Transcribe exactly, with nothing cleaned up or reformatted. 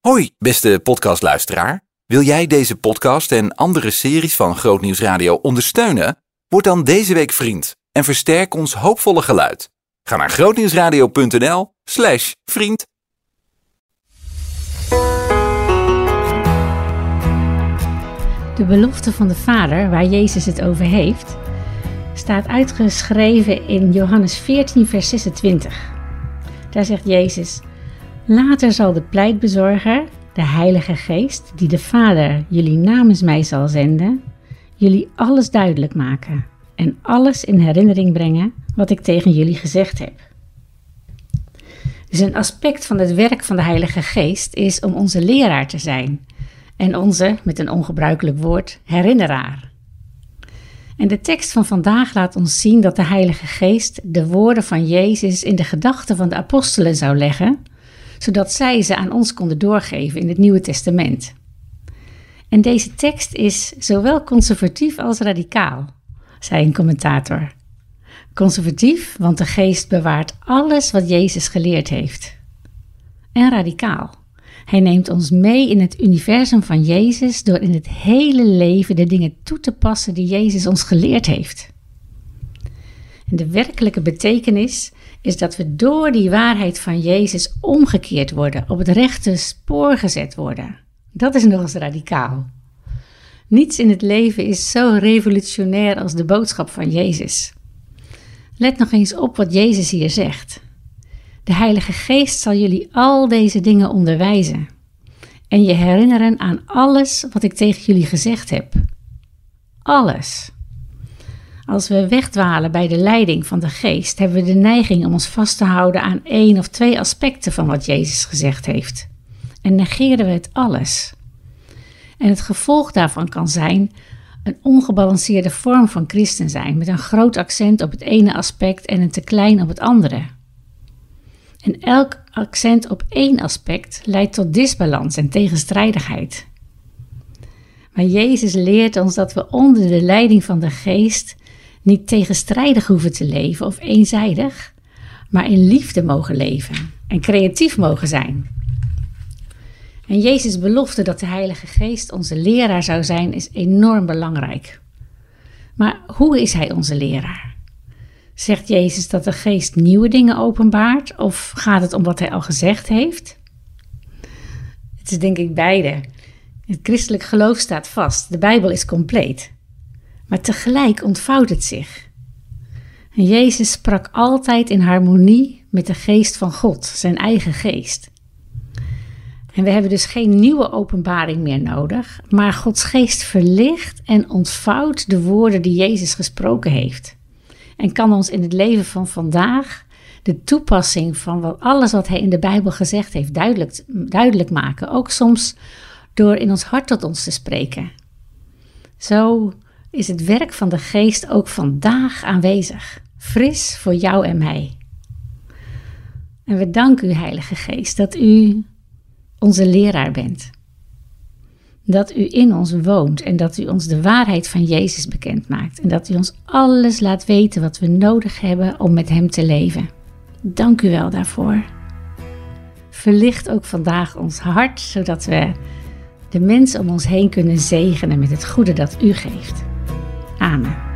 Hoi, beste podcastluisteraar. Wil jij deze podcast en andere series van Groot Nieuws Radio ondersteunen? Word dan deze week vriend en versterk ons hoopvolle geluid. Ga naar grootnieuwsradio.nl slash vriend. De belofte van de Vader, waar Jezus het over heeft, staat uitgeschreven in Johannes veertien, vers zesentwintig. Daar zegt Jezus: later zal de pleitbezorger, de Heilige Geest, die de Vader jullie namens mij zal zenden, jullie alles duidelijk maken en alles in herinnering brengen wat ik tegen jullie gezegd heb. Dus een aspect van het werk van de Heilige Geest is om onze leraar te zijn en onze, met een ongebruikelijk woord, herinneraar. En de tekst van vandaag laat ons zien dat de Heilige Geest de woorden van Jezus in de gedachten van de apostelen zou leggen, zodat zij ze aan ons konden doorgeven in het Nieuwe Testament. En deze tekst is zowel conservatief als radicaal, zei een commentator. Conservatief, want de Geest bewaart alles wat Jezus geleerd heeft. En radicaal. Hij neemt ons mee in het universum van Jezus door in het hele leven de dingen toe te passen die Jezus ons geleerd heeft. En de werkelijke betekenis is dat we door die waarheid van Jezus omgekeerd worden, op het rechte spoor gezet worden. Dat is nog eens radicaal. Niets in het leven is zo revolutionair als de boodschap van Jezus. Let nog eens op wat Jezus hier zegt. De Heilige Geest zal jullie al deze dingen onderwijzen en je herinneren aan alles wat ik tegen jullie gezegd heb. Alles. Als we wegdwalen bij de leiding van de Geest, hebben we de neiging om ons vast te houden aan één of twee aspecten van wat Jezus gezegd heeft. En negeren we het alles. En het gevolg daarvan kan zijn een ongebalanceerde vorm van christen zijn, met een groot accent op het ene aspect en een te klein op het andere. En elk accent op één aspect leidt tot disbalans en tegenstrijdigheid. Maar Jezus leert ons dat we onder de leiding van de Geest niet tegenstrijdig hoeven te leven of eenzijdig, maar in liefde mogen leven en creatief mogen zijn. En Jezus' belofte dat de Heilige Geest onze leraar zou zijn is enorm belangrijk. Maar hoe is Hij onze leraar? Zegt Jezus dat de Geest nieuwe dingen openbaart of gaat het om wat Hij al gezegd heeft? Het is denk ik beide. Het christelijk geloof staat vast, de Bijbel is compleet. Maar tegelijk ontvouwt het zich. En Jezus sprak altijd in harmonie met de geest van God, zijn eigen geest. En we hebben dus geen nieuwe openbaring meer nodig, maar Gods geest verlicht en ontvouwt de woorden die Jezus gesproken heeft. En kan ons in het leven van vandaag de toepassing van wat, alles wat Hij in de Bijbel gezegd heeft duidelijk, duidelijk maken. Ook soms door in ons hart tot ons te spreken. Zo is het werk van de Geest ook vandaag aanwezig. Fris voor jou en mij. En we danken u, Heilige Geest, dat u onze leraar bent. Dat u in ons woont en dat u ons de waarheid van Jezus bekend maakt. En dat u ons alles laat weten wat we nodig hebben om met Hem te leven. Dank u wel daarvoor. Verlicht ook vandaag ons hart, zodat we de mensen om ons heen kunnen zegenen met het goede dat u geeft. Amen.